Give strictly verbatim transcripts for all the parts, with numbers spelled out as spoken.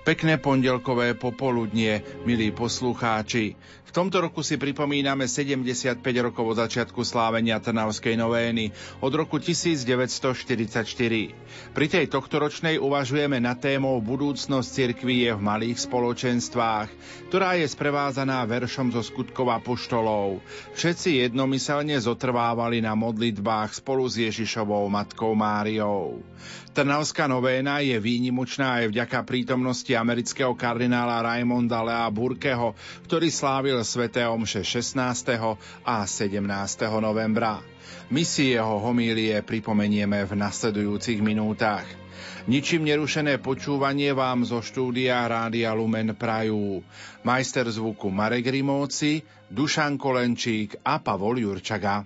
Pekné pondelkové popoludnie, milí poslucháči. V tomto roku si pripomíname sedemdesiatpäť rokov od začiatku slávenia Trnavskej novény od roku devätnásťstoštyridsaťštyri. Pri tej tohtoročnej uvažujeme nad témou Budúcnosť cirkví je v malých spoločenstvách, ktorá je sprevázaná veršom zo Skutkov apoštolov. Všetci jednomyselne zotrvávali na modlitbách spolu s Ježišovou matkou Máriou. Trnavská novéna je výnimočná aj vďaka prítomnosti amerického kardinála Raimonda Lea Burkeho, ktorý slávil sväté omše šestnásteho a sedemnásteho novembra. My si jeho homílie pripomenieme v nasledujúcich minútach. Ničím nerušené počúvanie vám zo štúdia Rádia Lumen prajú majster zvuku Marek Rimóci, Dušan Kolenčík a Pavol Jurčaga.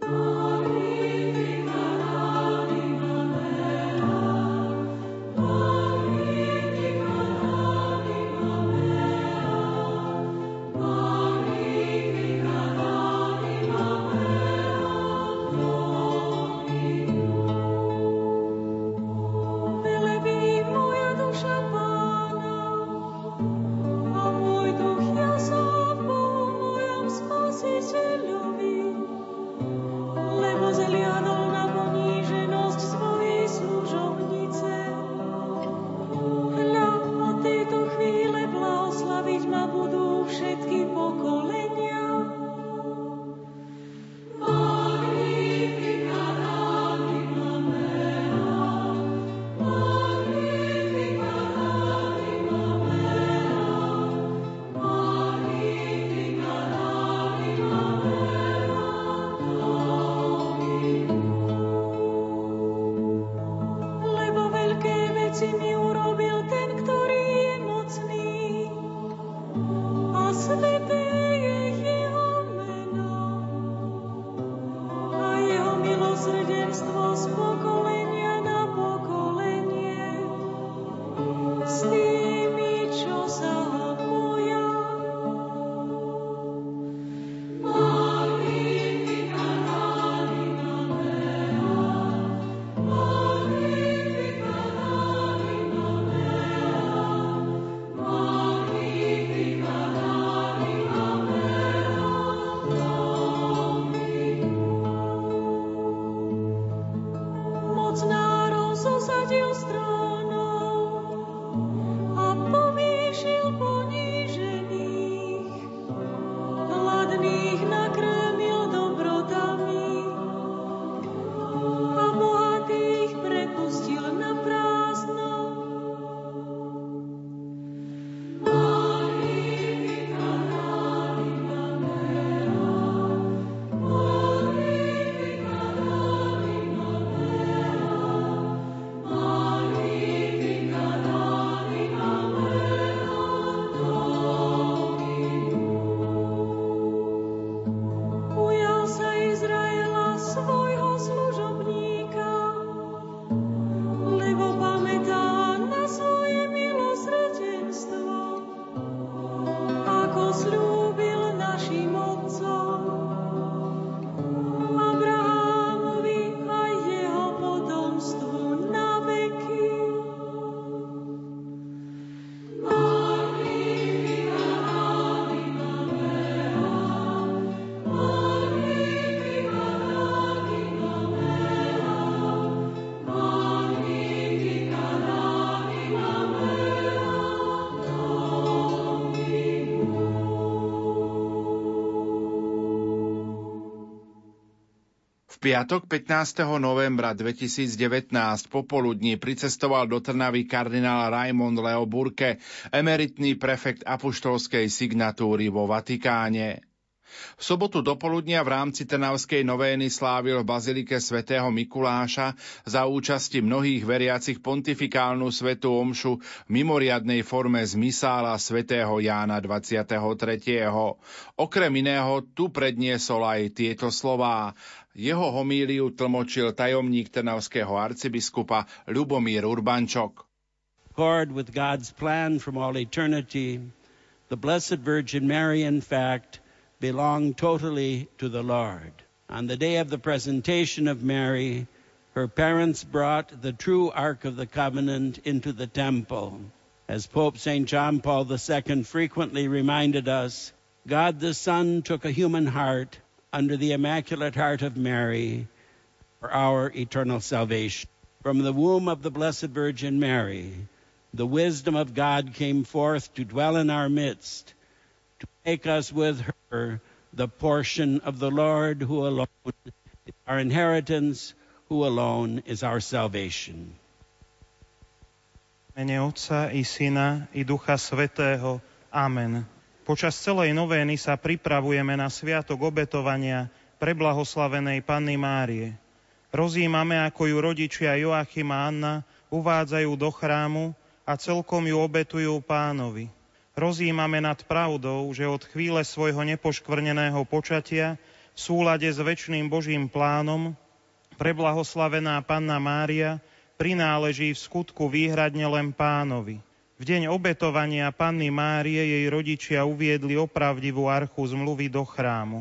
V piatok pätnásteho novembra dvetisícdevätnásť popoludní pricestoval do Trnavy kardinál Raimond Leo Burke, emeritný prefekt apoštolskej signatúry vo Vatikáne. V sobotu dopoludnia v rámci Trnavskej novény slávil v bazilike svätého Mikuláša za účasti mnohých veriacich pontifikálnu svätú omšu v mimoriadnej forme z misála svätého Jána dvadsiateho tretieho Okrem iného tu predniesol aj tieto slová. Jeho homíliu tlmočil tajomník trnavského arcibiskupa Ľubomír Urbančok. Accord with God's plan from all eternity, the Blessed Virgin Mary, in fact, belonged totally to the Lord. On the day of the presentation of Mary, her parents brought the true Ark of the Covenant into the temple. As Pope Saint John Paul the Second frequently reminded us, God the Son took a human heart under the Immaculate Heart of Mary for our eternal salvation. From the womb of the Blessed Virgin Mary, the wisdom of God came forth to dwell in our midst, to make us with her the portion of the Lord, who alone is our inheritance, who alone is our salvation. V mene Otca i Syna i Ducha Svätého. Amen. Počas celej novény sa pripravujeme na sviatok obetovania preblahoslavenej Panny Márie. Rozímame, ako ju rodičia Joachim a Anna uvádzajú do chrámu a celkom ju obetujú Pánovi. Rozímame nad pravdou, že od chvíle svojho nepoškvrneného počatia v súlade s večným Božím plánom preblahoslavená Panna Mária prináleží v skutku výhradne len Pánovi. V deň obetovania Panny Márie jej rodičia uviedli opravdivú archu zmluvy do chrámu.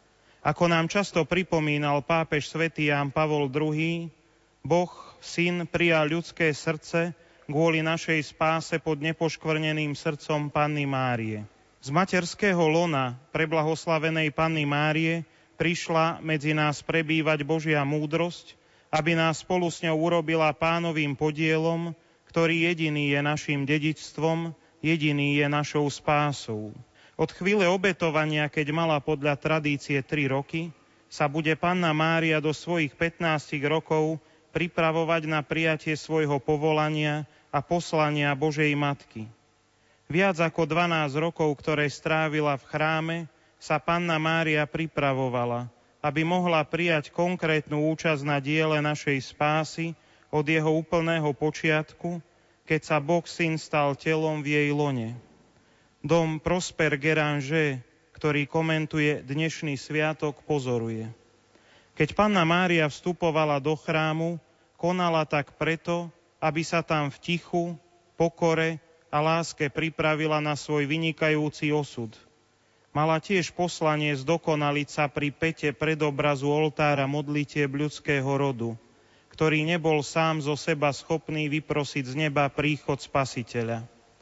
Ako nám často pripomínal pápež svätý Ján Pavol druhý., Boh, Syn, prijal ľudské srdce kvôli našej spáse pod nepoškvrneným srdcom Panny Márie. Z materského lona preblahoslavenej Panny Márie prišla medzi nás prebývať Božia múdrosť, aby nás spolu s ňou urobila Pánovým podielom, ktorý jediný je naším dedičstvom, jediný je našou spásou. Od chvíle obetovania, keď mala podľa tradície tri roky, sa bude Panna Mária do svojich pätnástich rokov pripravovať na prijatie svojho povolania a poslania Božej Matky. Viac ako dvanásť rokov, ktoré strávila v chráme, sa Panna Mária pripravovala, aby mohla prijať konkrétnu účasť na diele našej spásy od jeho úplného počiatku, keď sa Boh Syn stal telom v jej lone. Dom Prosper Géranger, ktorý komentuje dnešný sviatok, pozoruje. Keď Panna Mária vstupovala do chrámu, konala tak preto, aby sa tam v tichu, pokore a láske pripravila na svoj vynikajúci osud. Mala tiež poslanie zdokonaliť sa pri pete predobrazu oltára modlitieb ľudského rodu, ktorý nebol sám zo seba schopný vyprosiť z neba príchod Spasiteľa.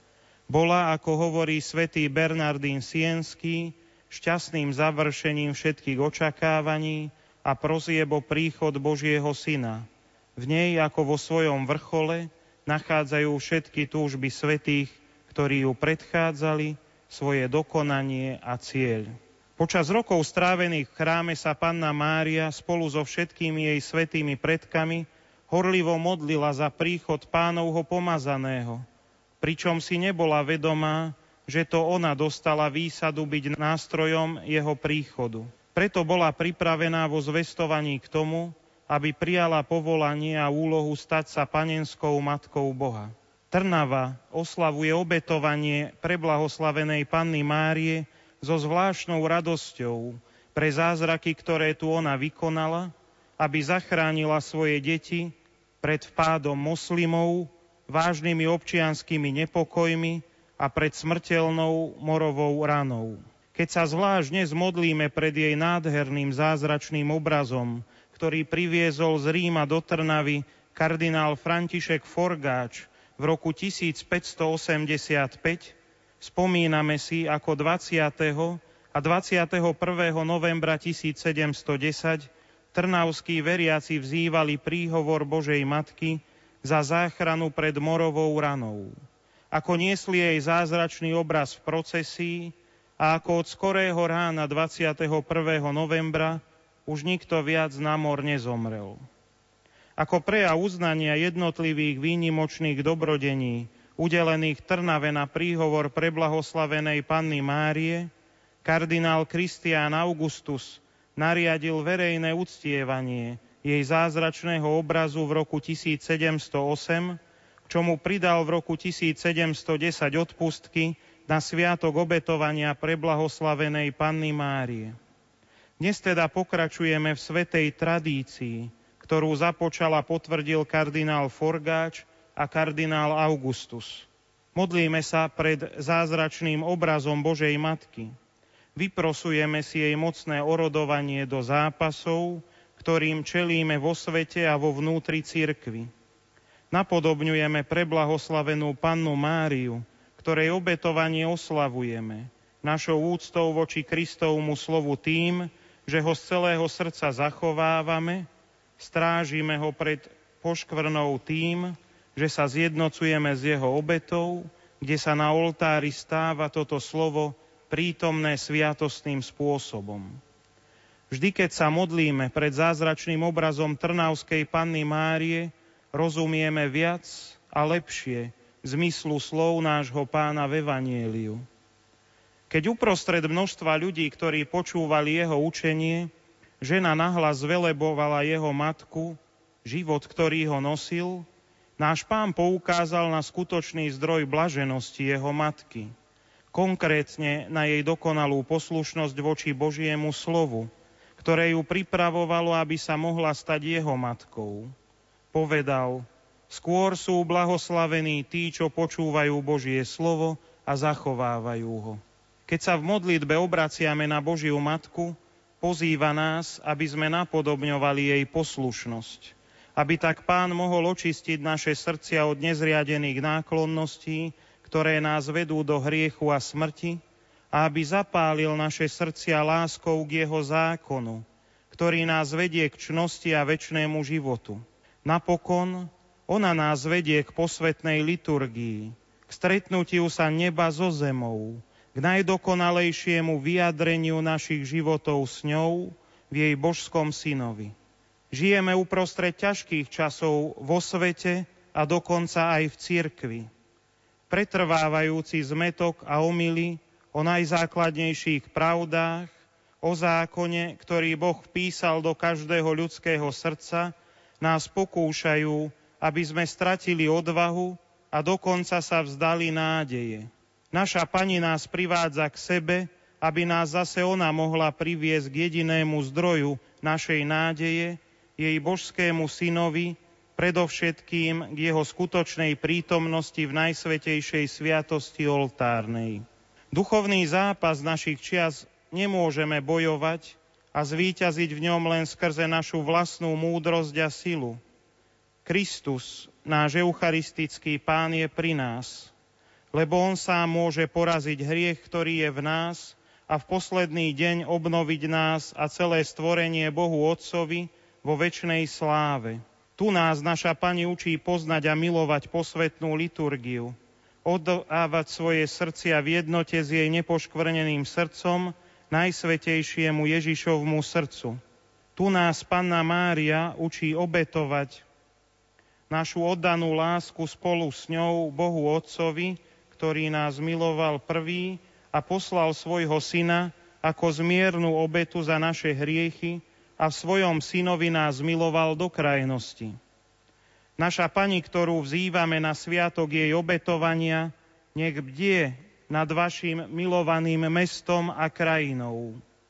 Bola, ako hovorí svätý Bernardín Sienský, šťastným završením všetkých očakávaní a prosieb o príchod Božieho Syna. V nej, ako vo svojom vrchole, nachádzajú všetky túžby svätých, ktorí ju predchádzali, svoje dokonanie a cieľ. Počas rokov strávených v chráme sa Panna Mária spolu so všetkými jej svätými predkami horlivo modlila za príchod Pánovho pomazaného, pričom si nebola vedomá, že to ona dostala výsadu byť nástrojom jeho príchodu. Preto bola pripravená vo zvestovaní k tomu, aby prijala povolanie a úlohu stať sa panenskou matkou Boha. Trnava oslavuje obetovanie preblahoslavenej Panny Márie so zvláštnou radosťou pre zázraky, ktoré tu ona vykonala, aby zachránila svoje deti pred vpádom moslimov, vážnymi občianskymi nepokojmi a pred smrteľnou morovou ranou. Keď sa zvlášť dnes modlíme pred jej nádherným zázračným obrazom, ktorý priviezol z Ríma do Trnavy kardinál František Forgáč v roku tisícpäťstoosemdesiatpäť, spomíname si, ako dvadsiateho a dvadsiateho prvého novembra tisícsedemstodesať trnavskí veriaci vzývali príhovor Božej Matky za záchranu pred morovou ranou. Ako niesli jej zázračný obraz v procesii a ako od skorého rána dvadsiateho prvého novembra už nikto viac na mor nezomrel. Ako prejav uznania jednotlivých výnimočných dobrodení udelených Trnave na príhovor preblahoslavenej Panny Márie, kardinál Kristián Augustus nariadil verejné uctievanie jej zázračného obrazu v roku tisícsedemstoosem, k čomu pridal v roku tisícsedemstodesať odpustky na sviatok obetovania preblahoslavenej Panny Márie. Dnes teda pokračujeme v svätej tradícii, ktorú započal a potvrdil kardinál Forgáč a kardinál Augustus. Modlíme sa pred zázračným obrazom Božej Matky. Vyprosujeme si jej mocné orodovanie do zápasov, ktorým čelíme vo svete a vo vnútri cirkvi. Napodobňujeme preblahoslavenú Pannu Máriu, ktorej obetovanie oslavujeme, našou úctou voči Kristovmu slovu tým, že ho z celého srdca zachovávame, strážime ho pred poškvrnou tým, že sa zjednocujeme s jeho obetou, kde sa na oltári stáva toto slovo prítomné sviatostným spôsobom. Vždy, keď sa modlíme pred zázračným obrazom Trnavskej Panny Márie, rozumieme viac a lepšie zmyslu slov nášho Pána v Evanjeliu. Keď uprostred množstva ľudí, ktorí počúvali jeho učenie, žena nahlas velebovala jeho matku, život, ktorý ho nosil, náš Pán poukázal na skutočný zdroj blaženosti jeho matky, konkrétne na jej dokonalú poslušnosť voči Božiemu slovu, ktoré ju pripravovalo, aby sa mohla stať jeho matkou. Povedal: skôr sú blahoslavení tí, čo počúvajú Božie slovo a zachovávajú ho. Keď sa v modlitbe obraciame na Božiu matku, pozýva nás, aby sme napodobňovali jej poslušnosť, aby tak Pán mohol očistiť naše srdcia od nezriadených náklonností, ktoré nás vedú do hriechu a smrti, a aby zapálil naše srdcia láskou k jeho zákonu, ktorý nás vedie k čnosti a večnému životu. Napokon ona nás vedie k posvätnej liturgii, k stretnutiu sa neba so zemou, k najdokonalejšiemu vyjadreniu našich životov s ňou v jej božskom synovi. Žijeme uprostred ťažkých časov vo svete a dokonca aj v cirkvi. Pretrvávajúci zmätok a omyly o najzákladnejších pravdách, o zákone, ktorý Boh vpísal do každého ľudského srdca, nás pokúšajú, aby sme stratili odvahu a dokonca sa vzdali nádeje. Naša Pani nás privádza k sebe, aby nás zase ona mohla priviesť k jedinému zdroju našej nádeje, jej božskému synovi, predovšetkým k jeho skutočnej prítomnosti v najsvätejšej sviatosti oltárnej. Duchovný zápas našich čias nemôžeme bojovať a zvíťaziť v ňom len skrze našu vlastnú múdrosť a silu. Kristus, náš eucharistický Pán, je pri nás, lebo on sám môže poraziť hriech, ktorý je v nás, a v posledný deň obnoviť nás a celé stvorenie Bohu Otcovi vo večnej sláve. Tu nás naša Pani učí poznať a milovať posvätnú liturgiu, oddávať svoje srdcia v jednote s jej nepoškvrneným srdcom, najsvätejšiemu Ježišovmu srdcu. Tu nás Panna Mária učí obetovať našu oddanú lásku spolu s ňou Bohu Otcovi, ktorý nás miloval prvý a poslal svojho syna ako zmiernu obetu za naše hriechy a v svojom synovi nás miloval do krajnosti. Naša Pani, ktorú vzývame na sviatok jej obetovania, nech bdie nad vašim milovaným mestom a krajinou.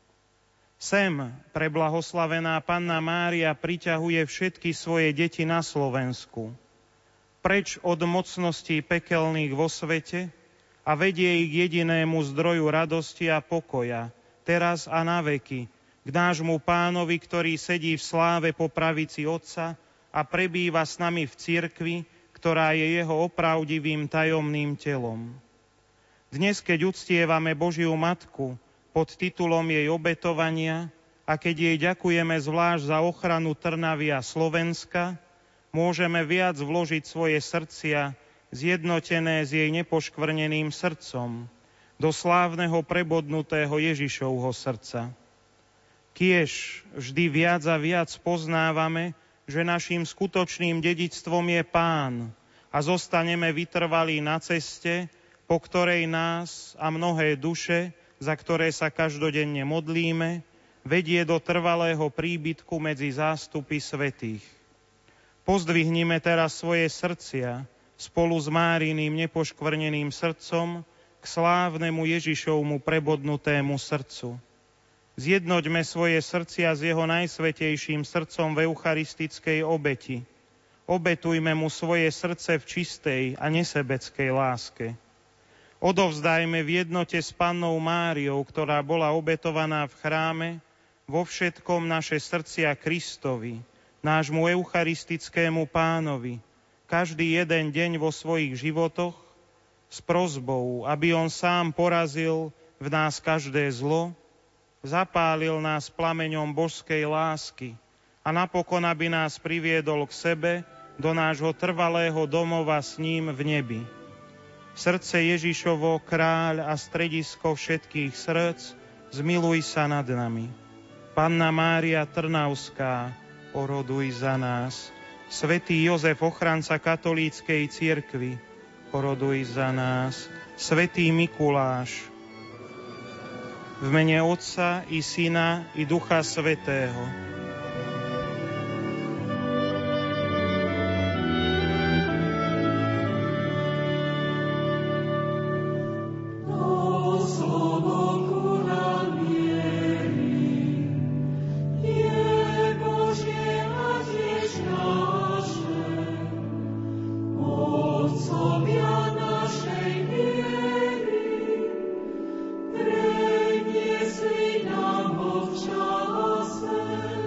Sem preblahoslavená Panna Mária priťahuje všetky svoje deti na Slovensku, preč od mocností pekelných vo svete a vedie ich k jedinému zdroju radosti a pokoja, teraz a na veky, k nášmu Pánovi, ktorý sedí v sláve po pravici Otca a prebýva s nami v cirkvi, ktorá je jeho opravdivým tajomným telom. Dnes, keď uctievame Božiu Matku pod titulom jej obetovania a keď jej ďakujeme zvlášť za ochranu Trnavy a Slovenska, môžeme viac vložiť svoje srdcia zjednotené s jej nepoškvrneným srdcom do slávneho prebodnutého Ježišovho srdca. Kiež vždy viac a viac poznávame, že naším skutočným dedičstvom je Pán a zostaneme vytrvalí na ceste, po ktorej nás a mnohé duše, za ktoré sa každodenne modlíme, vedie do trvalého príbytku medzi zástupy svätých. Pozdvihnime teraz svoje srdcia spolu s Máriným nepoškvrneným srdcom k slávnemu Ježišovmu prebodnutému srdcu. Zjednoťme svoje srdcia s jeho najsvätejším srdcom v eucharistickej obeti. Obetujme mu svoje srdce v čistej a nesebeckej láske. Odovzdajme v jednote s Pannou Máriou, ktorá bola obetovaná v chráme, vo všetkom naše srdcia Kristovi, nášmu eucharistickému Pánovi, každý jeden deň vo svojich životoch s prosbou, aby on sám porazil v nás každé zlo, zapálil nás plameňom božskej lásky a napokon, aby nás priviedol k sebe do nášho trvalého domova s ním v nebi. Srdce Ježišovo, kráľ a stredisko všetkých srdc, zmiluj sa nad nami. Panna Mária Trnavská, oroduj za nás. Svätý Jozef, ochranca katolíckej cirkvi, oroduj za nás. Svätý Mikuláš, v mene Otca i Syna i Ducha Svätého. Amen.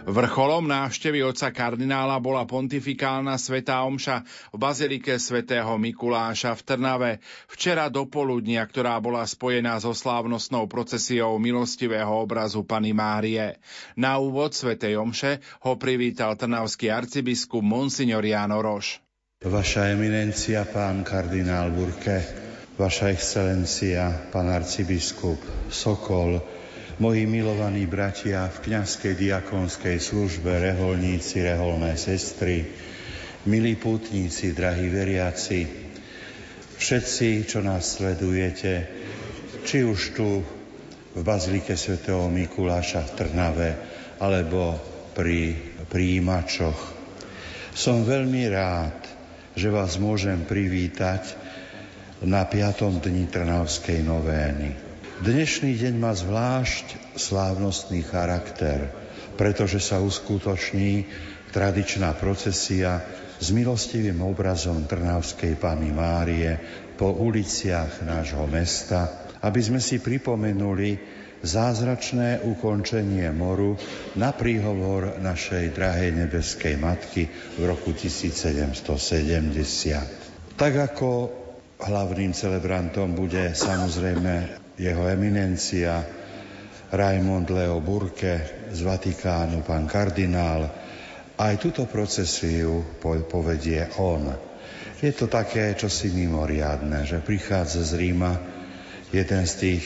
Vrcholom návštevy otca kardinála bola pontifikálna svätá omša v bazilike svätého Mikuláša v Trnave včera dopoludnia, ktorá bola spojená so slávnostnou procesiou milostivého obrazu Panny Márie. Na úvod svätej omše ho privítal trnavský arcibiskup monsignor Ján Oroš. Vaša eminencia, pán kardinál Burke, vaša excelencia, pán arcibiskup Sokol, moji milovaní bratia v kňazskej diakonskej službe, reholníci, reholné sestry, milí pútnici, drahí veriaci, všetci, čo nás sledujete, či už tu v bazilike svätého Mikuláša v Trnave, alebo pri prijímačoch. Som veľmi rád, že vás môžem privítať na piatom dni Trnavskej novény. Dnešný deň má zvlášť slávnostný charakter, pretože sa uskutoční tradičná procesia s milostivým obrazom Trnavskej Panny Márie po uliciach nášho mesta, aby sme si pripomenuli zázračné ukončenie moru na príhovor našej drahej nebeskej Matky v roku tisícsedemstosedemdesiat. Tak ako hlavným celebrantom bude samozrejme jeho eminencia Raimond Leo Burke z Vatikánu, pán kardinál, aj túto procesiu povedie on. Je to také čosi mimoriadne, že prichádza z Ríma jeden z tých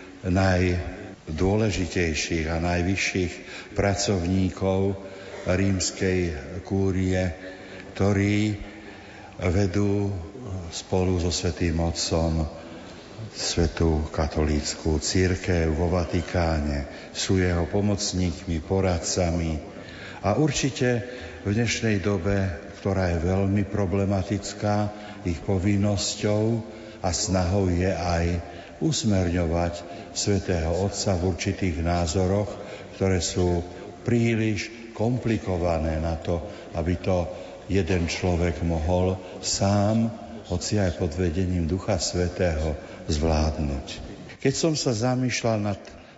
najdôležitejších a najvyšších pracovníkov rímskej kúrie, ktorí vedú spolu so Svätým Otcom Svätú katolícku cirkev vo Vatikáne, sú jeho pomocníkmi, poradcami a určite v dnešnej dobe, ktorá je veľmi problematická, ich povinnosťou a snahou je aj usmerňovať Svätého Otca v určitých názoroch, ktoré sú príliš komplikované na to, aby to jeden človek mohol sám, hoci aj pod vedením Ducha Svätého, zvládnuť. Keď som sa zamýšľal nad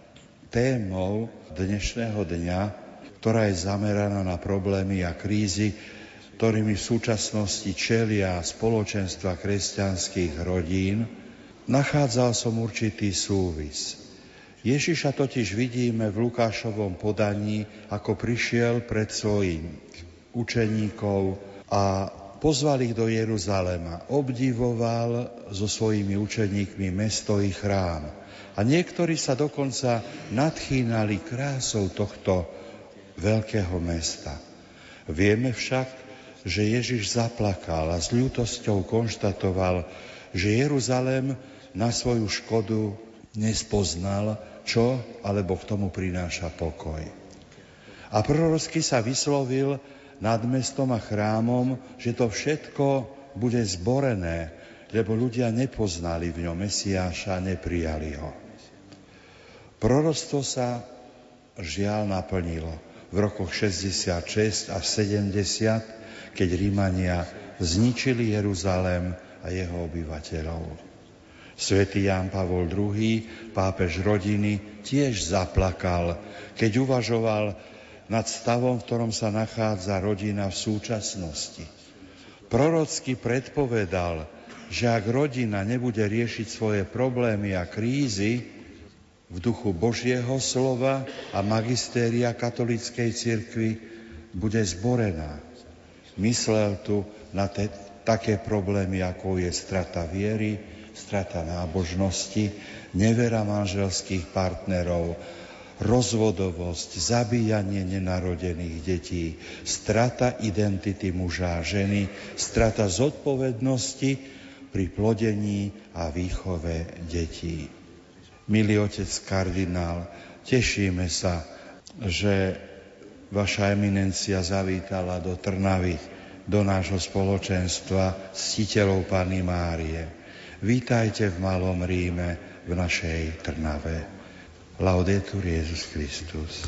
témou dnešného dňa, ktorá je zameraná na problémy a krízy, ktorými v súčasnosti čelia spoločenstva kresťanských rodín, nachádzal som určitý súvis. Ježiša totiž vidíme v Lukášovom podaní, ako prišiel pred svojich učeníkov a pozval ich do Jeruzalema, obdivoval so svojimi učeníkmi mesto i chrám. A niektorí sa dokonca nadchýnali krásou tohto veľkého mesta. Vieme však, že Ježiš zaplakal a s ľútosťou konštatoval, že Jeruzalém na svoju škodu nespoznal, čo alebo k tomu prináša pokoj. A prorocky sa vyslovil nad mestom a chrámom, že to všetko bude zborené, lebo ľudia nepoznali v ňom Mesiáša, neprijali ho. Proroctvo sa žiaľ naplnilo v rokoch šesťdesiatšesť a sedemdesiat, keď Rímania zničili Jeruzalém a jeho obyvateľov. Svätý Ján Pavol druhý, pápež rodiny, tiež zaplakal, keď uvažoval nad stavom, v ktorom sa nachádza rodina v súčasnosti. Prorocky predpovedal, že ak rodina nebude riešiť svoje problémy a krízy v duchu Božieho slova a magistéria katolíckej cirkvi, bude zborená. Myslel tu na te, také problémy, ako je strata viery, strata nábožnosti, nevera manželských partnerov, rozvodovosť, zabíjanie nenarodených detí, strata identity muža a ženy, strata zodpovednosti pri plodení a výchove detí. Milý otec kardinál, tešíme sa, že vaša eminencia zavítala do Trnavy, do nášho spoločenstva ctiteľov Panny Márie. Vítajte v Malom Ríme, v našej Trnave. Laudetur Jesus Christus.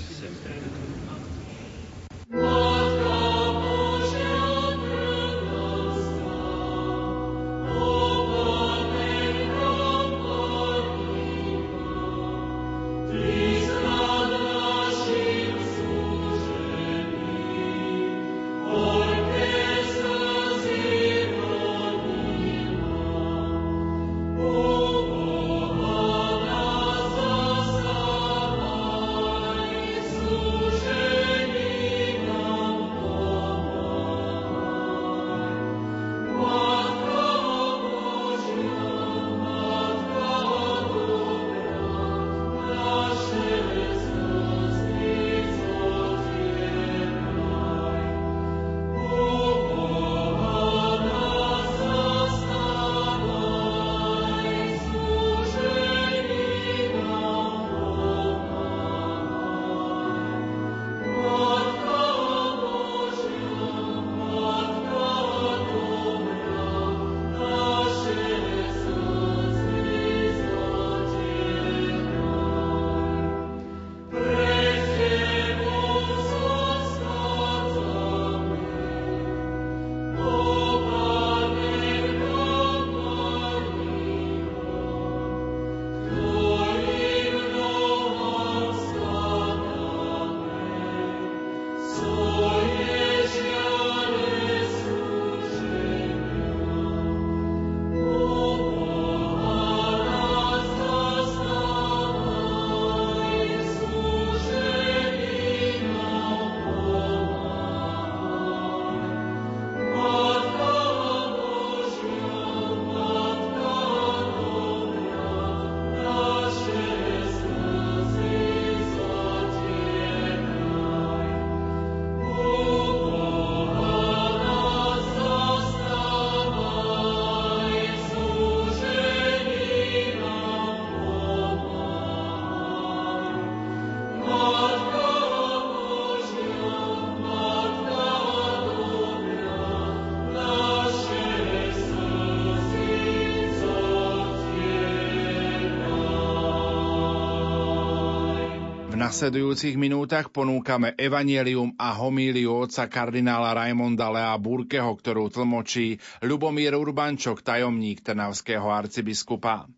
V nasledujúcich minútach ponúkame evanjelium a homíliu otca kardinála Raimonda Lea Burkeho, ktorú tlmočí Ľubomír Urbančok, tajomník trnavského arcibiskupa.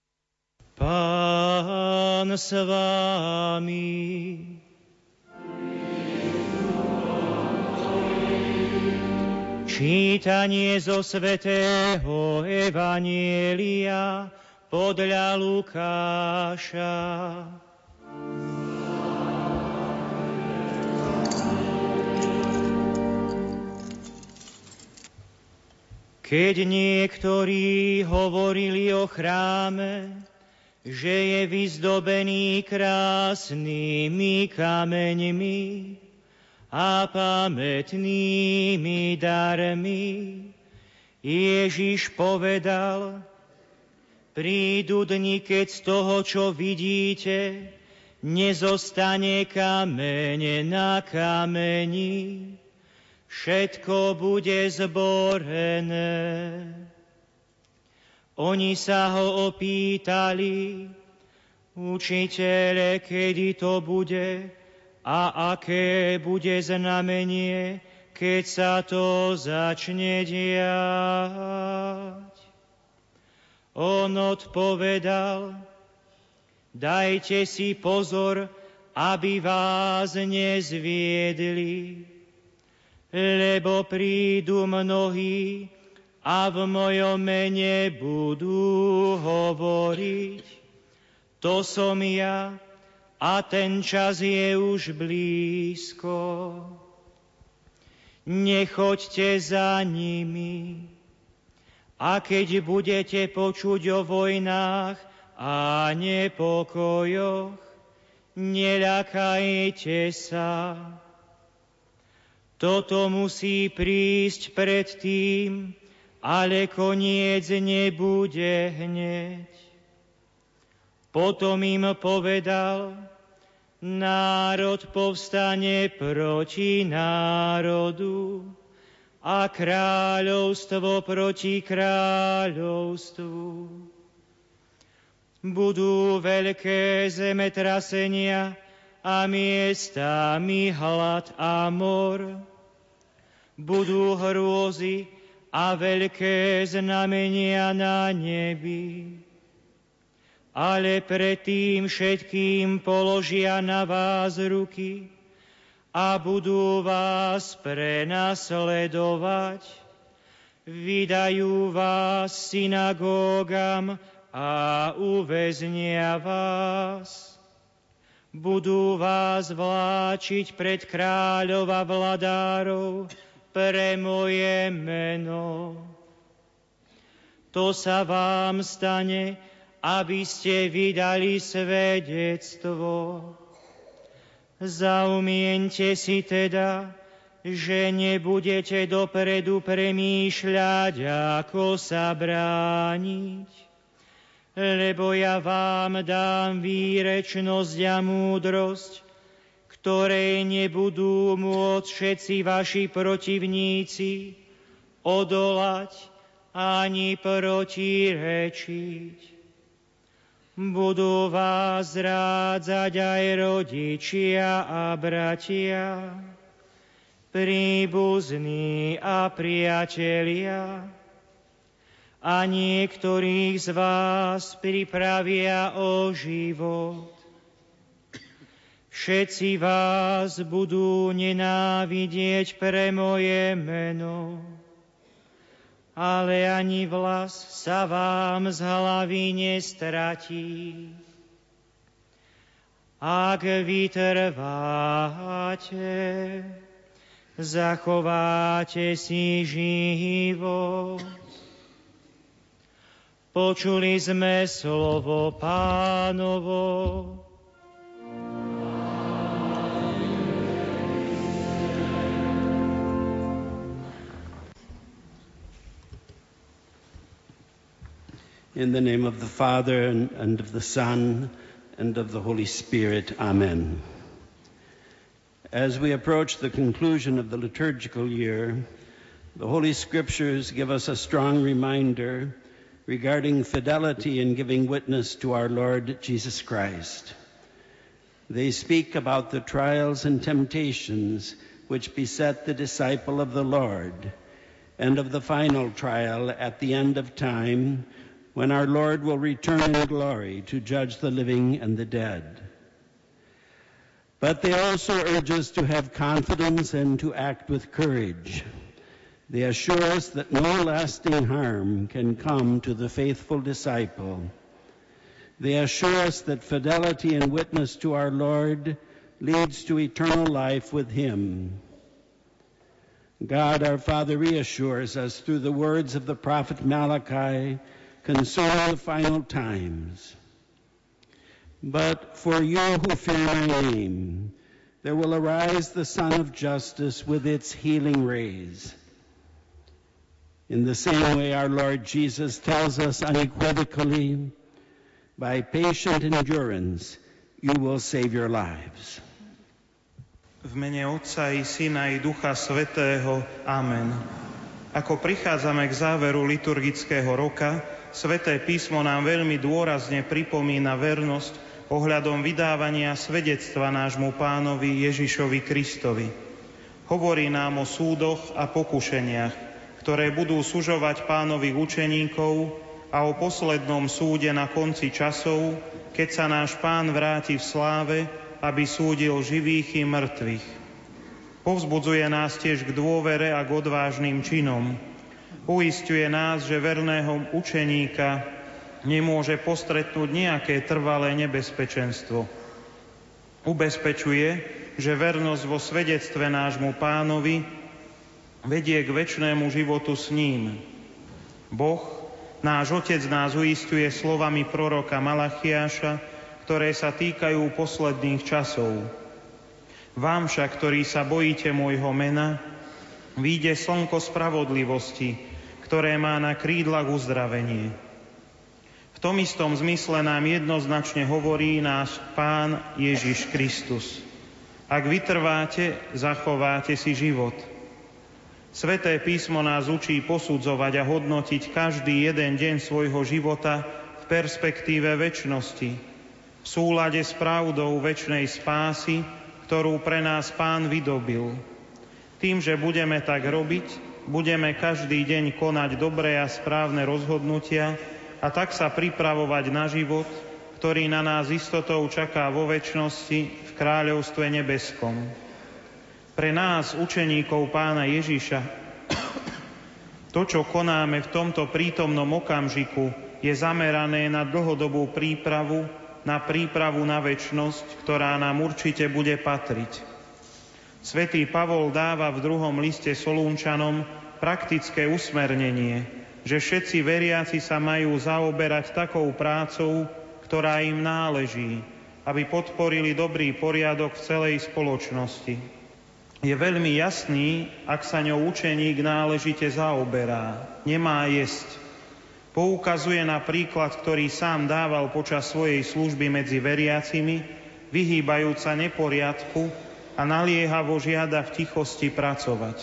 Pán s vámi. Čítanie zo svätého evanjelia podľa Lukáša. Keď niektorí hovorili o chráme, že je vyzdobený krásnymi kameňmi a pamätnými darmi, Ježiš povedal: prídu dni, keď z toho, čo vidíte, nezostane kameň na kameni. Všetko bude zborené. Oni sa ho opýtali: Učiteľe, kedy to bude a aké bude znamenie, keď sa to začne diať? On odpovedal: dajte si pozor, aby vás nezviedli, lebo prídu mnohí a v mojom mene budú hovoriť: to som ja, a ten čas je už blízko. Nechoďte za nimi. A keď budete počuť o vojnách a nepokojoch, neľakajte sa. Toto musí prísť predtým, ale koniec nebude hneď. Potom im povedal: národ povstane proti národu a kráľovstvo proti kráľovstvu. Budú veľké zemetrasenia a miestami hlad a mor. Budú hrôzy a veľké znamenia na nebi. Ale predtým všetkým položia na vás ruky a budú vás prenasledovať. Vydajú vás synagógam a uväznia vás. Budú vás vláčiť pred kráľov a vladárov pre moje meno. To sa vám stane, aby ste vydali svedectvo. Zaumiente si teda, že nebudete dopredu premýšľať, ako sa brániť, lebo ja vám dám výrečnosť a múdrosť, ktorej nebudú môcť všetci vaši protivníci odolať ani protirečiť. Budú vás zrádzať aj rodičia a bratia, príbuzní a priatelia, a niektorých z vás pripravia o život. Všetci vás budú nenávidieť pre moje meno, ale ani vlas sa vám z hlavy nestratí. Ak vytrváte, zachováte si život. Počuli sme slovo Pánovo. In the name of the Father, and, and of the Son, and of the Holy Spirit. Amen. As we approach the conclusion of the liturgical year, the Holy Scriptures give us a strong reminder regarding fidelity in giving witness to our Lord Jesus Christ. They speak about the trials and temptations which beset the disciple of the Lord, and of the final trial at the end of time, when our Lord will return in glory to judge the living and the dead. But they also urge us to have confidence and to act with courage. They assure us that no lasting harm can come to the faithful disciple. They assure us that fidelity and witness to our Lord leads to eternal life with Him. God our Father reassures us through the words of the prophet Malachi concerning the final times. But for you who fear my name, there will arise the Sun of Justice with its healing rays. In the same way, our Lord Jesus tells us unequivocally, by patient endurance, you will save your lives. V mene Otca i Syna i Ducha Svätého. Amen. Ako prichádzame k záveru liturgického roka, Sväté písmo nám veľmi dôrazne pripomína vernosť ohľadom vydávania svedectva nášmu Pánovi Ježišovi Kristovi. Hovorí nám o súdoch a pokušeniach, ktoré budú sužovať Pánových učeníkov, a o poslednom súde na konci časov, keď sa náš Pán vráti v sláve, aby súdil živých i mŕtvych. Povzbudzuje nás tiež k dôvere a k odvážnym činom. Uisťuje nás, že verného učeníka nemôže postretnúť nejaké trvalé nebezpečenstvo. Ubezpečuje, že vernosť vo svedectve nášmu Pánovi vedie k večnému životu s ním. Boh, náš Otec, nás uisťuje slovami proroka Malachiáša, ktoré sa týkajú posledných časov. Vám však, ktorí sa bojíte môjho mena, vyjde slnko spravodlivosti, ktoré má na krídlach uzdravenie. V tom istom zmysle nám jednoznačne hovorí náš Pán Ježiš Kristus. Ak vytrváte, zachováte si život. Sväté písmo nás učí posudzovať a hodnotiť každý jeden deň svojho života v perspektíve večnosti, v súlade s pravdou večnej spásy, ktorú pre nás Pán vydobil. Tým, že budeme tak robiť, budeme každý deň konať dobré a správne rozhodnutia a tak sa pripravovať na život, ktorý na nás istotou čaká vo večnosti v kráľovstve nebeskom. Pre nás, učeníkov Pána Ježiša, to, čo konáme v tomto prítomnom okamžiku, je zamerané na dlhodobú prípravu, na prípravu na večnosť, ktorá nám určite bude patriť. Svätý Pavol dáva v druhom liste Solúnčanom praktické usmernenie, že všetci veriaci sa majú zaoberať takou prácou, ktorá im náleží, aby podporili dobrý poriadok v celej spoločnosti. Je veľmi jasný, ak sa ňou učeník náležite zaoberá, nemá jesť. Poukazuje na príklad, ktorý sám dával počas svojej služby medzi veriacimi, vyhýbajúca neporiadku a naliehavo žiada v tichosti pracovať.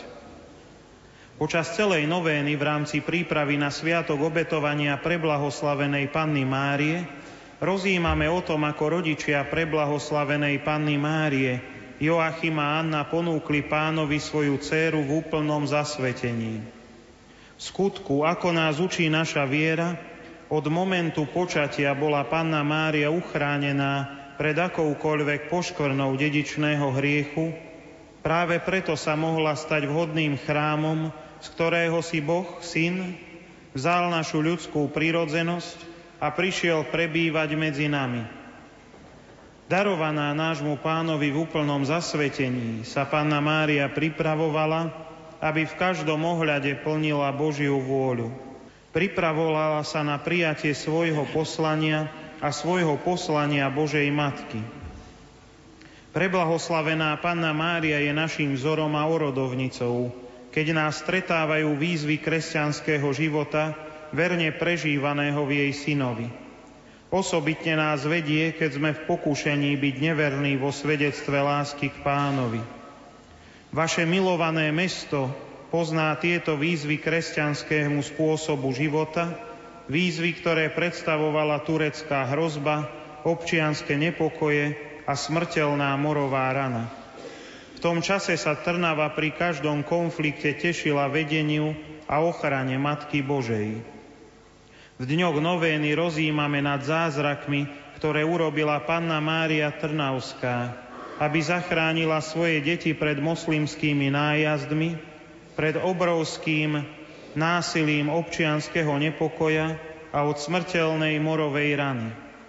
Počas celej novény v rámci prípravy na sviatok obetovania preblahoslavenej Panny Márie rozjímame o tom, ako rodičia preblahoslavenej Panny Márie Joachim a Anna ponúkli Pánovi svoju dcéru v úplnom zasvetení. V skutku, ako nás učí naša viera, od momentu počatia bola Panna Mária uchránená pred akoukoľvek poškvrnou dedičného hriechu, práve preto sa mohla stať vhodným chrámom, z ktorého si Boh, Syn, vzal našu ľudskú prirodzenosť a prišiel prebývať medzi nami. Darovaná nášmu Pánovi v úplnom zasvetení sa Panna Mária pripravovala, aby v každom ohľade plnila Božiu vôľu. Pripravovala sa na prijatie svojho poslania a svojho poslania Božej Matky. Preblahoslavená Panna Mária je naším vzorom a orodovnicou, keď nás stretávajú výzvy kresťanského života, verne prežívaného v jej synovi. Osobitne nás vedie, keď sme v pokúšení byť neverní vo svedectve lásky k Pánovi. Vaše milované mesto pozná tieto výzvy kresťanskému spôsobu života, výzvy, ktoré predstavovala turecká hrozba, občianske nepokoje a smrteľná morová rana. V tom čase sa Trnava pri každom konflikte tešila vedeniu a ochrane Matky Božej. V dňoch novény rozjímame nad zázrakmi, ktoré urobila Panna Mária Trnavská, aby zachránila svoje deti pred moslimskými nájazdmi, pred obrovským násilím občianskeho nepokoja a od smrteľnej morovej rany.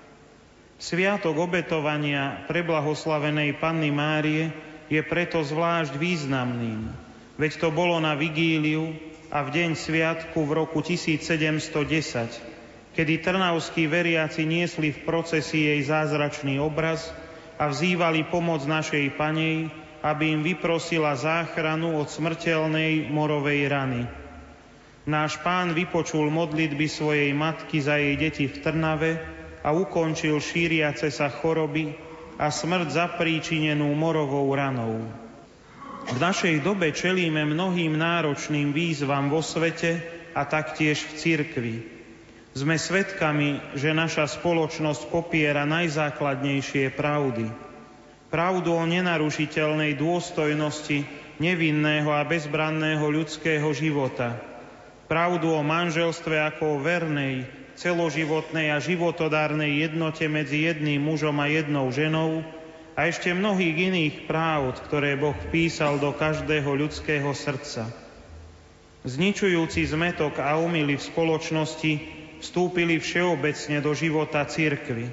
Sviatok obetovania preblahoslavenej Panny Márie je preto zvlášť významným, veď to bolo na vigíliu a v deň sviatku v roku tisícsedemstodesať, kedy trnavskí veriaci niesli v procesii jej zázračný obraz a vzývali pomoc našej Panej, aby im vyprosila záchranu od smrteľnej morovej rany. Náš Pán vypočul modlitby svojej matky za jej deti v Trnave a ukončil šíriace sa choroby a smrť zapríčinenú morovou ranou. V našej dobe čelíme mnohým náročným výzvam vo svete a taktiež v cirkvi. Sme svedkami, že naša spoločnosť popiera najzákladnejšie pravdy. Pravdu o nenarušiteľnej dôstojnosti nevinného a bezbranného ľudského života. Pravdu o manželstve ako o vernej, celoživotnej a životodárnej jednote medzi jedným mužom a jednou ženou a ešte mnohých iných práv, ktoré Boh vpísal do každého ľudského srdca. Zničujúci zmätok a omyly v spoločnosti vstúpili všeobecne do života cirkvi.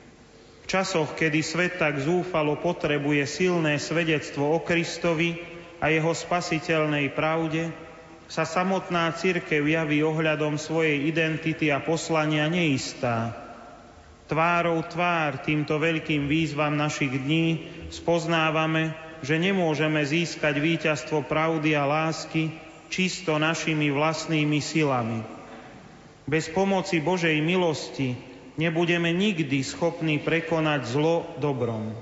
V časoch, kedy svet tak zúfalo potrebuje silné svedectvo o Kristovi a jeho spasiteľnej pravde, sa samotná cirkev javí ohľadom svojej identity a poslania neistá. Tvárou tvár týmto veľkým výzvam našich dní spoznávame, že nemôžeme získať víťazstvo pravdy a lásky čisto našimi vlastnými silami. Bez pomoci Božej milosti nebudeme nikdy schopní prekonať zlo dobrom.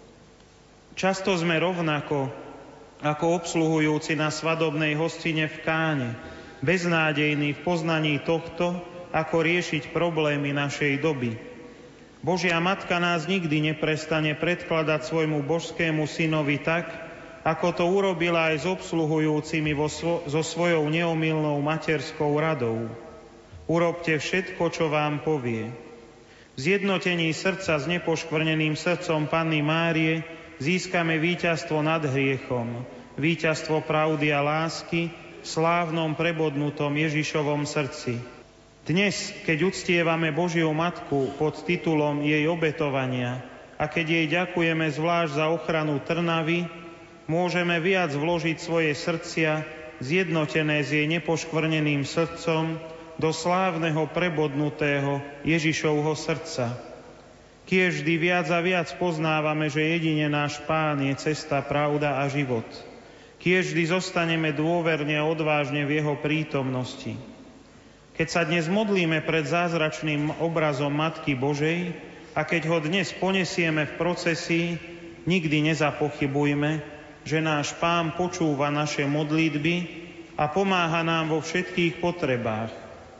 Často sme rovnako ako obsluhujúci na svadobnej hostine v Káne, beznádejní v poznaní tohto, ako riešiť problémy našej doby. Božia Matka nás nikdy neprestane predkladať svojmu božskému synovi tak, ako to urobila aj s obsluhujúcimi vo svo- so svojou neomylnou materskou radou. Urobte všetko, čo vám povie. V zjednotení srdca s nepoškvrneným srdcom Panny Márie získame víťazstvo nad hriechom, víťazstvo pravdy a lásky v slávnom prebodnutom Ježišovom srdci. Dnes, keď uctievame Božiu Matku pod titulom jej obetovania a keď jej ďakujeme zvlášť za ochranu Trnavy, môžeme viac vložiť svoje srdcia, zjednotené s jej nepoškvrneným srdcom, do slávneho prebodnutého Ježišovho srdca. Kiež vždy viac a viac poznávame, že jedine náš Pán je cesta, pravda a život. Kiež vždy zostaneme dôverne a odvážne v jeho prítomnosti. Keď sa dnes modlíme pred zázračným obrazom Matky Božej a keď ho dnes ponesieme v procesii, nikdy nezapochybujme, že náš Pán počúva naše modlitby a pomáha nám vo všetkých potrebách.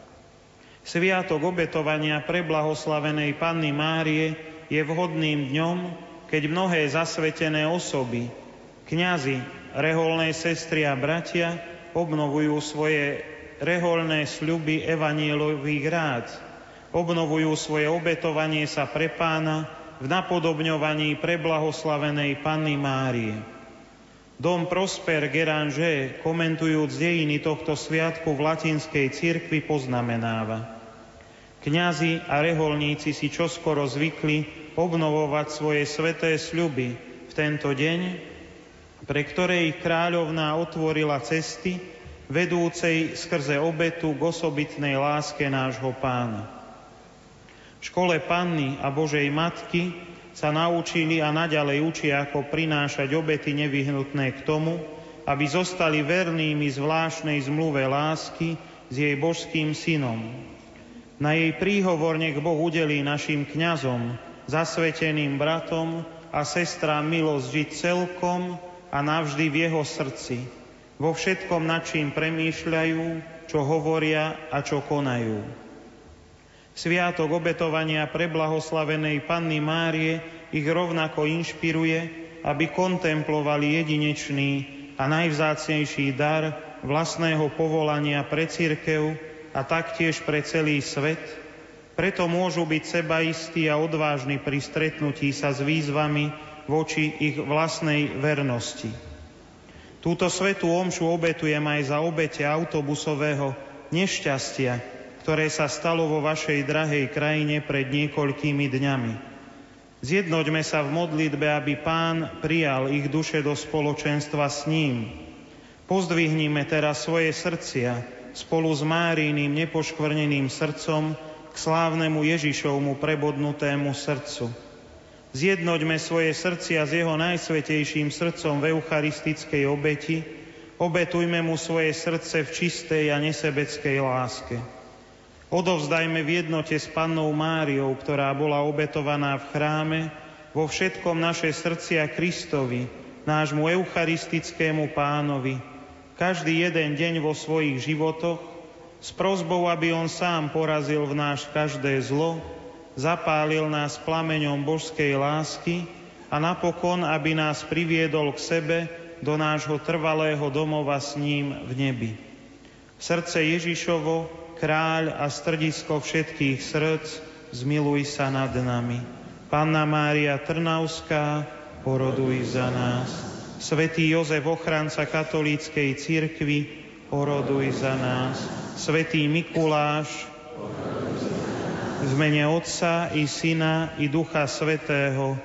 Sviatok obetovania preblahoslavenej Panny Márie je vhodným dňom, keď mnohé zasvetené osoby, kňazi, reholné sestry a bratia obnovujú svoje reholné sľuby evanjelových rád, obnovujú svoje obetovanie sa pre Pána v napodobňovaní preblahoslavenej Panny Márie. Dom Prosper Géranger, komentujúc dejiny tohto sviatku v latinskej cirkvi, poznamenáva: Kňazi a reholníci si čoskoro zvykli obnovovať svoje sväté sľuby v tento deň, pre ktoré ich kráľovná otvorila cesty, vedúcej skrze obetu k osobitnej láske nášho Pána. V škole Panny a Božej Matky sa naučili a naďalej učia, ako prinášať obety nevyhnutné k tomu, aby zostali vernými zvláštnej zmluve lásky s jej božským synom. Na jej príhovor nech Boh udelí našim kňazom, zasveteným bratom a sestrám milosť žiť celkom a navždy v jeho srdci, vo všetkom, nad čím premýšľajú, čo hovoria a čo konajú. Sviatok obetovania preblahoslavenej Panny Márie ich rovnako inšpiruje, aby kontemplovali jedinečný a najvzácnejší dar vlastného povolania pre cirkev a taktiež pre celý svet. Preto môžu byť sebaistí a odvážni pri stretnutí sa s výzvami voči ich vlastnej vernosti. Túto svätú omšu obetujem aj za obete autobusového nešťastia, ktoré sa stalo vo vašej drahej krajine pred niekoľkými dňami. Zjednoťme sa v modlitbe, aby Pán prijal ich duše do spoločenstva s ním. Pozdvihnime teraz svoje srdcia spolu s Máriným nepoškvrneným srdcom k slávnemu Ježišovmu prebodnutému srdcu. Zjednoťme svoje srdcia s jeho najsvätejším srdcom v eucharistickej obeti, obetujme mu svoje srdce v čistej a nesebeckej láske. Odovzdajme v jednote s Pannou Máriou, ktorá bola obetovaná v chráme, vo všetkom naše srdcia Kristovi, nášmu eucharistickému Pánovi, každý jeden deň vo svojich životoch, s prosbou, aby on sám porazil v náš každé zlo, zapálil nás plameňom božskej lásky a napokon, aby nás priviedol k sebe do nášho trvalého domova s ním v nebi. Srdce Ježišovo, kráľ a strdisko všetkých srdc, zmiluj sa nad nami. Panna Mária Trnavská, poroduj za nás. Svätý Jozef, ochranca katolíckej cirkvi, poroduj za nás. Svätý Mikuláš, v mene Otca i Syna i Ducha Svätého.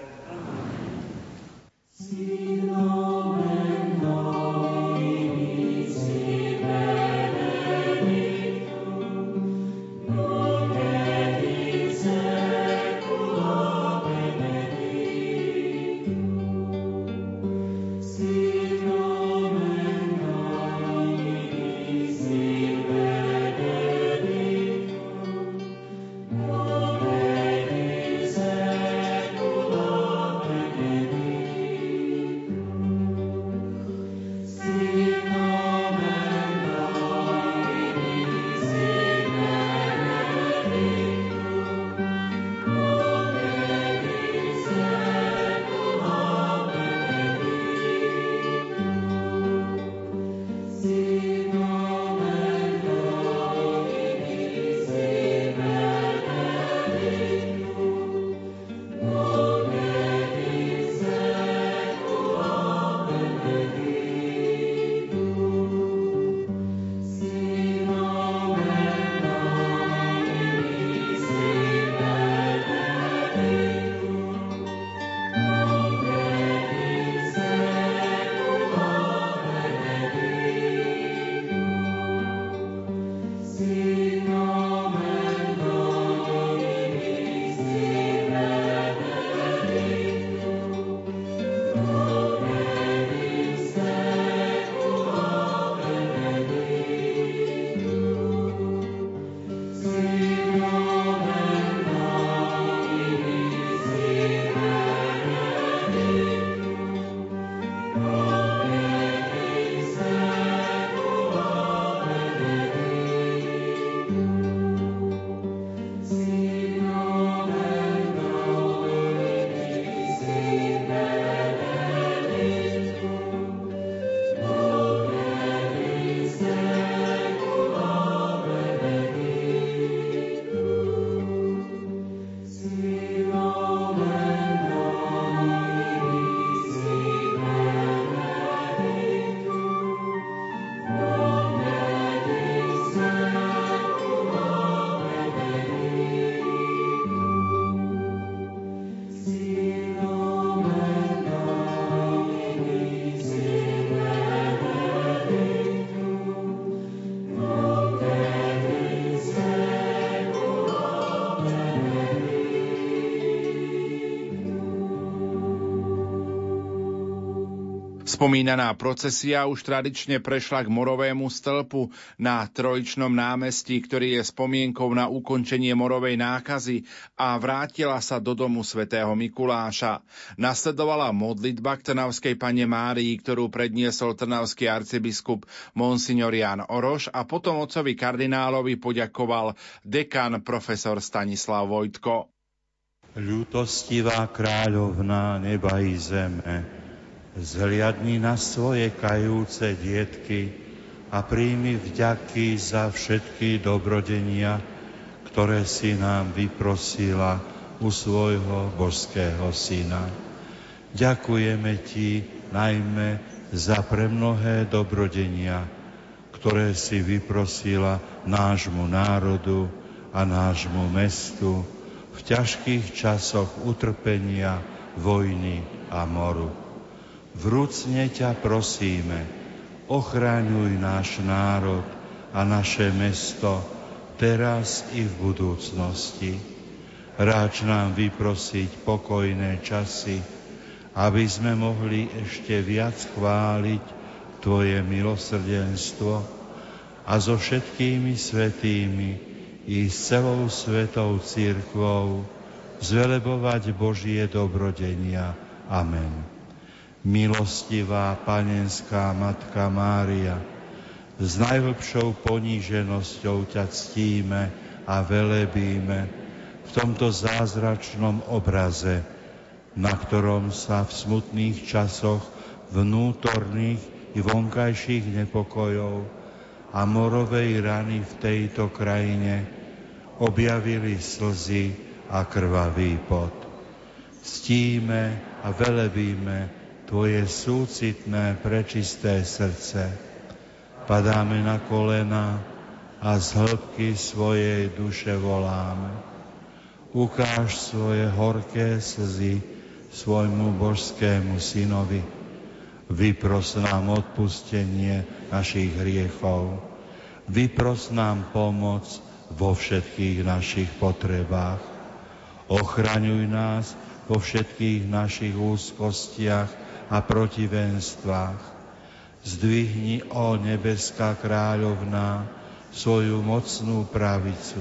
Spomínaná procesia už tradične prešla k morovému stĺpu na Trojičnom námestí, ktorý je spomienkou na ukončenie morovej nákazy, a vrátila sa do domu svätého Mikuláša. Nasledovala modlitba k Trnavskej Panne Márii, ktorú predniesol trnavský arcibiskup monsignor Ján Oroš, a potom otcovi kardinálovi poďakoval dekan profesor Stanislav Vojtko. Ľútostivá kráľovná neba i zeme, zhliadni na svoje kajúce dietky a príjmi vďaky za všetky dobrodenia, ktoré si nám vyprosila u svojho božského syna. Ďakujeme ti najmä za premnohé dobrodenia, ktoré si vyprosila nášmu národu a nášmu mestu v ťažkých časoch utrpenia, vojny a moru. Vrúcne ťa prosíme, ochraňuj náš národ a naše mesto teraz i v budúcnosti. Ráč nám vyprosiť pokojné časy, aby sme mohli ešte viac chváliť tvoje milosrdenstvo a so všetkými svätými i s celou svetou cirkvou zvelebovať Božie dobrodenia. Amen. Milostivá panenská Matka Mária, s najhlbšou poníženosťou ťa ctíme a velebíme v tomto zázračnom obraze, na ktorom sa v smutných časoch vnútorných i vonkajších nepokojov a morovej rany v tejto krajine objavili slzy a krvavý pot. Ctíme a velebíme tvoje súcitné, prečisté srdce. Padáme na kolena a z hĺbky svojej duše voláme. Ukáž svoje horké slzy svojmu božskému synovi. Vypros nám odpustenie našich hriechov. Vypros nám pomoc vo všetkých našich potrebách. Ochraňuj nás vo všetkých našich úzkostiach a protivenstvách. Zdvihni, ó nebeská kráľovná, svoju mocnú pravicu.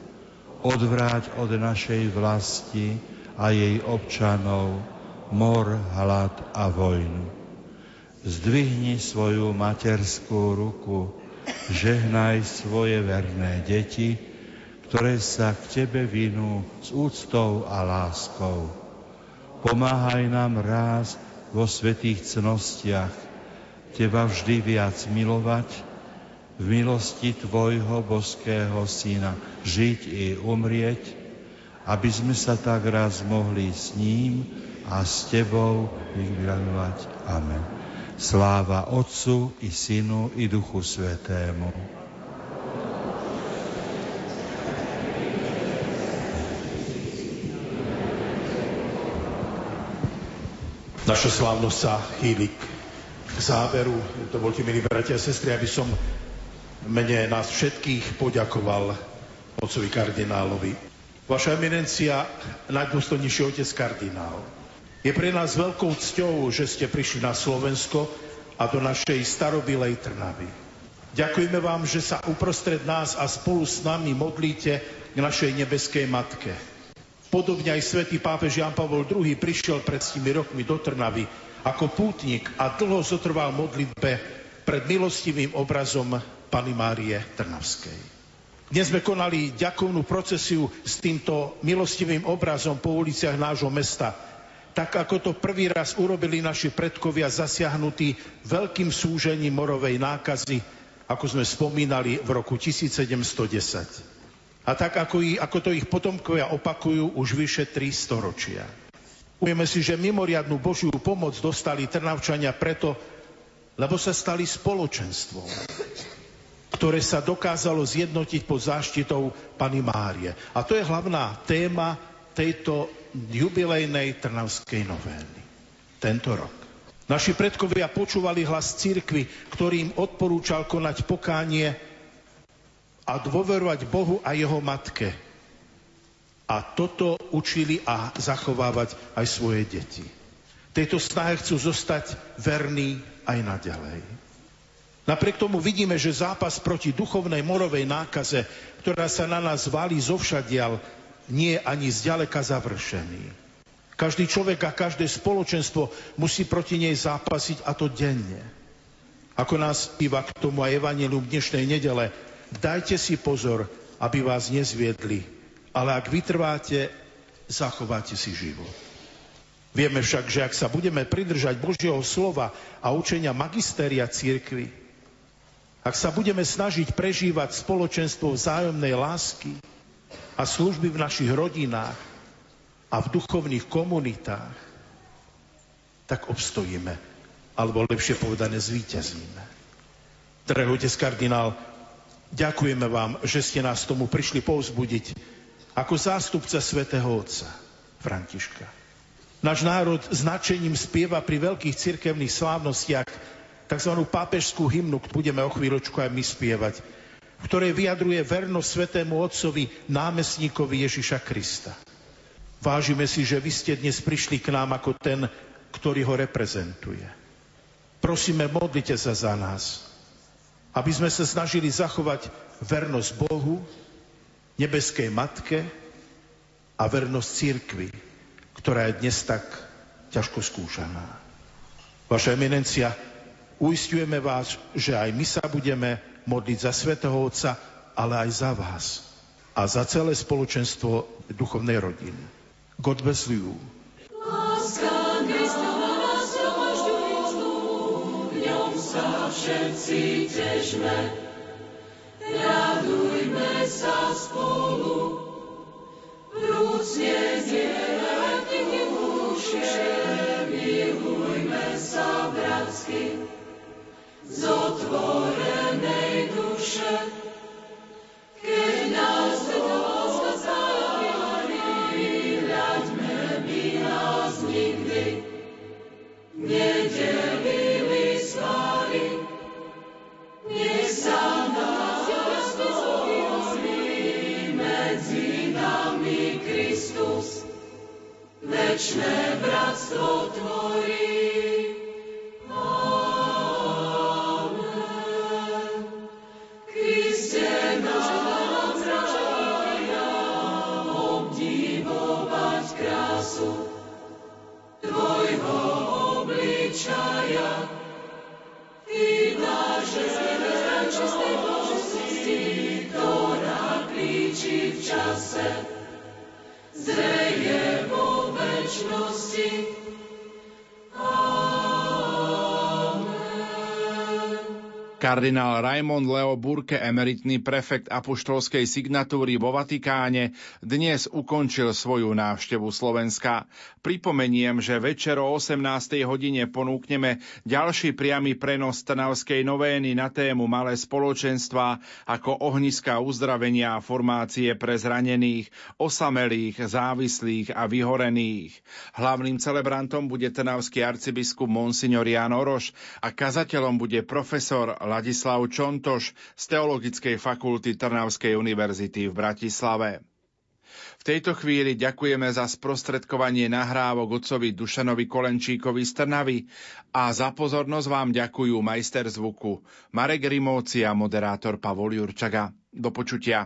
Odvráť od našej vlasti a jej občanov mor, hlad a vojnu. Zdvihni svoju materskú ruku, žehnaj svoje verné deti, ktoré sa k tebe vinú s úctou a láskou. Pomáhaj nám rásť vo svätých cnostiach, teba vždy viac milovať, v milosti tvojho božského syna žiť i umrieť, aby sme sa tak raz mohli s ním a s tebou vyhľadovať. Amen. Sláva Otcu i Synu i Duchu Svätému. Naša slávnosť sa chýli k záveru. Dovoľte, milí bratia a sestry, aby som v mene nás všetkých poďakoval otcovi kardinálovi. Vaša eminencia, najdôstojnejší otec kardinál, je pre nás veľkou cťou, že ste prišli na Slovensko a do našej starobilej Trnavy. Ďakujeme vám, že sa uprostred nás a spolu s nami modlíte k našej nebeskej Matke. Podobne aj svätý pápež Ján Pavol druhý. prišiel pred tými rokmi do Trnavy ako pútnik a dlho zotrval modlitbe pred milostivým obrazom Panny Márie Trnavskej. Dnes sme konali ďakovnú procesiu s týmto milostivým obrazom po uliciach nášho mesta, tak ako to prvý raz urobili naši predkovia zasiahnutí veľkým súžením morovej nákazy, ako sme spomínali v roku tisícsedemsto desať. A tak, ako, ich, ako to ich potomkovia opakujú už vyše tri storočia. Uvieme si, že mimoriadnu Božiu pomoc dostali Trnavčania preto, lebo sa stali spoločenstvom, ktoré sa dokázalo zjednotiť pod záštitou Panny Márie. A to je hlavná téma tejto jubilejnej trnavskej novény. Tento rok. Naši predkovia počúvali hlas cirkvi, ktorý im odporúčal konať pokánie a dôverovať Bohu a jeho matke. A toto učili a zachovávať aj svoje deti. Tejto snahe chcú zostať verní aj naďalej. Napriek tomu vidíme, že zápas proti duchovnej morovej nákaze, ktorá sa na nás valí zovšadiaľ, nie je ani zďaleka završený. Každý človek a každé spoločenstvo musí proti nej zápasiť, a to denne. Ako nás býva k tomu aj evanjelium dnešnej nedele, dajte si pozor, aby vás nezviedli, ale ak vytrváte, zachováte si život. Vieme však, že ak sa budeme pridržať Božieho slova a učenia magistéria cirkvi, ak sa budeme snažiť prežívať spoločenstvo vzájomnej lásky a služby v našich rodinách a v duchovných komunitách, tak obstojíme, alebo lepšie povedané zvíťazíme. Drahý otec kardinál, ďakujeme vám, že ste nás tomu prišli povzbudiť ako zástupca svätého Otca Františka. Náš národ značením spieva pri veľkých cirkevných slávnostiach takzvanú pápežskú hymnu, budeme o chvíľočku aj my spievať, v ktorej vyjadruje vernosť svätému Otcovi, námestníkovi Ježiša Krista. Vážime si, že vy ste dnes prišli k nám ako ten, ktorý ho reprezentuje. Prosíme, modlite sa za nás, aby sme sa snažili zachovať vernosť Bohu, nebeskej Matke a vernosť cirkvi, ktorá je dnes tak ťažko skúšaná. Vaša eminencia, uisťujeme vás, že aj my sa budeme modliť za svätého Otca, ale aj za vás a za celé spoločenstvo duchovnej rodiny. God bless you. Láska Kristova nás zhromažďujúcu, v ňom sa všetci težme, radujme sa spolu, vrúcne zdieľaj knihy duše, milujme sa bratsky, z otvorenej duše, keď nás láska zájari, hľaďme my nás nikdy, nedelili svary, nech sa nás jasne zhorí, medzi nami Kristus, večné bratstvo tvorí. Tvojho obličaja, ty naše čistej Božnosti, ktorá klíči v čase, zreje vo večnosti. Kardinál Raimond Leo Burke, emeritný prefekt apoštolskej signatúry vo Vatikáne, dnes ukončil svoju návštevu Slovenska. Pripomeniem, že večer o osemnástej hodine ponúkneme ďalší priamy prenos Trnavskej novény na tému Malé spoločenstvá ako ohniska uzdravenia a formácie pre zranených, osamelých, závislých a vyhorených. Hlavným celebrantom bude trnavský arcibiskup Monsignor Ján Oroš a kazateľom bude profesor Ladislav Čontoš z Teologickej fakulty Trnavskej univerzity v Bratislave. V tejto chvíli ďakujeme za sprostredkovanie nahrávok otcovi Dušanovi Kolenčíkovi z Trnavy a za pozornosť vám ďakujú majster zvuku Marek Rimóci a moderátor Pavol Jurčaga. Do počutia.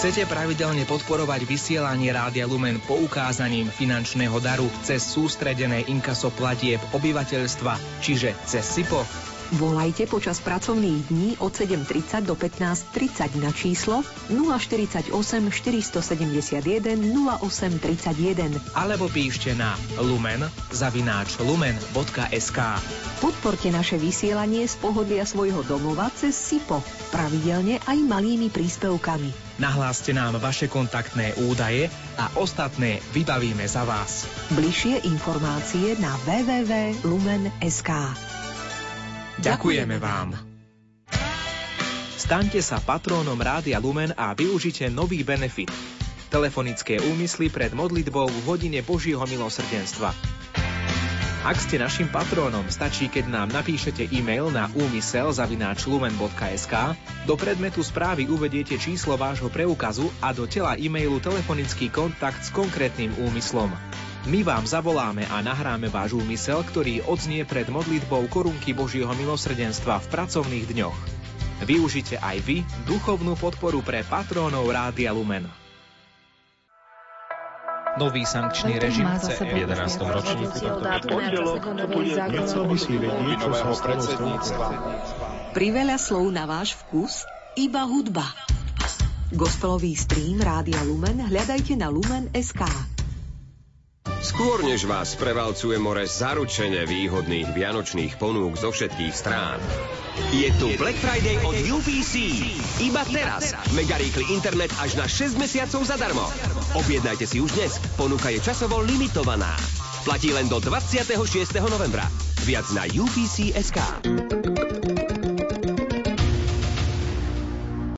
Chcete pravidelne podporovať vysielanie Rádia Lumen poukázaním finančného daru cez sústredené inkaso platieb obyvateľstva, čiže cez SIPO? Volajte počas pracovných dní od sedem tridsať do pätnásť tridsať na číslo nula štyridsaťosem štyristosedemdesiatjeden nula osem tridsaťjeden alebo píšte na lumen zavináč lumen bodka es ká. Podporte naše vysielanie z pohodlia svojho domova cez SIPO, pravidelne aj malými príspevkami. Nahláste nám vaše kontaktné údaje a ostatné vybavíme za vás. Bližšie informácie na w w w bodka lumen bodka es ká. Ďakujeme vám. Staňte sa patrónom Rádia Lumen a využite nový benefit. Telefonické úmysly pred modlitbou v hodine Božieho milosrdenstva. Ak ste našim patrónom, stačí, keď nám napíšete e-mail na úmysel zavináč lumen bodka es ká, do predmetu správy uvediete číslo vášho preukazu a do tela e-mailu telefonický kontakt s konkrétnym úmyslom. My vám zavoláme a nahráme váš úmysel, ktorý odznie pred modlitbou korunky Božieho milosrdenstva v pracovných dňoch. Využite aj vy duchovnú podporu pre patrónov Rádia Lumen. Nový sankčný režim C E v jedenástom ročníku nového predsedníctva. Priveľa slov na váš vkus, iba hudba. Gospelový stream Rádia Lumen hľadajte na lumen bodka es ká. Skôr než vás prevalcuje more zaručene výhodných vianočných ponúk zo všetkých strán. Je tu Black Friday od U P C. Iba teraz. Mega rýchly internet až na šesť mesiacov zadarmo. Objednajte si už dnes. Ponuka je časovo limitovaná. Platí len do dvadsiateho šiesteho novembra. Viac na u p c bodka es ká.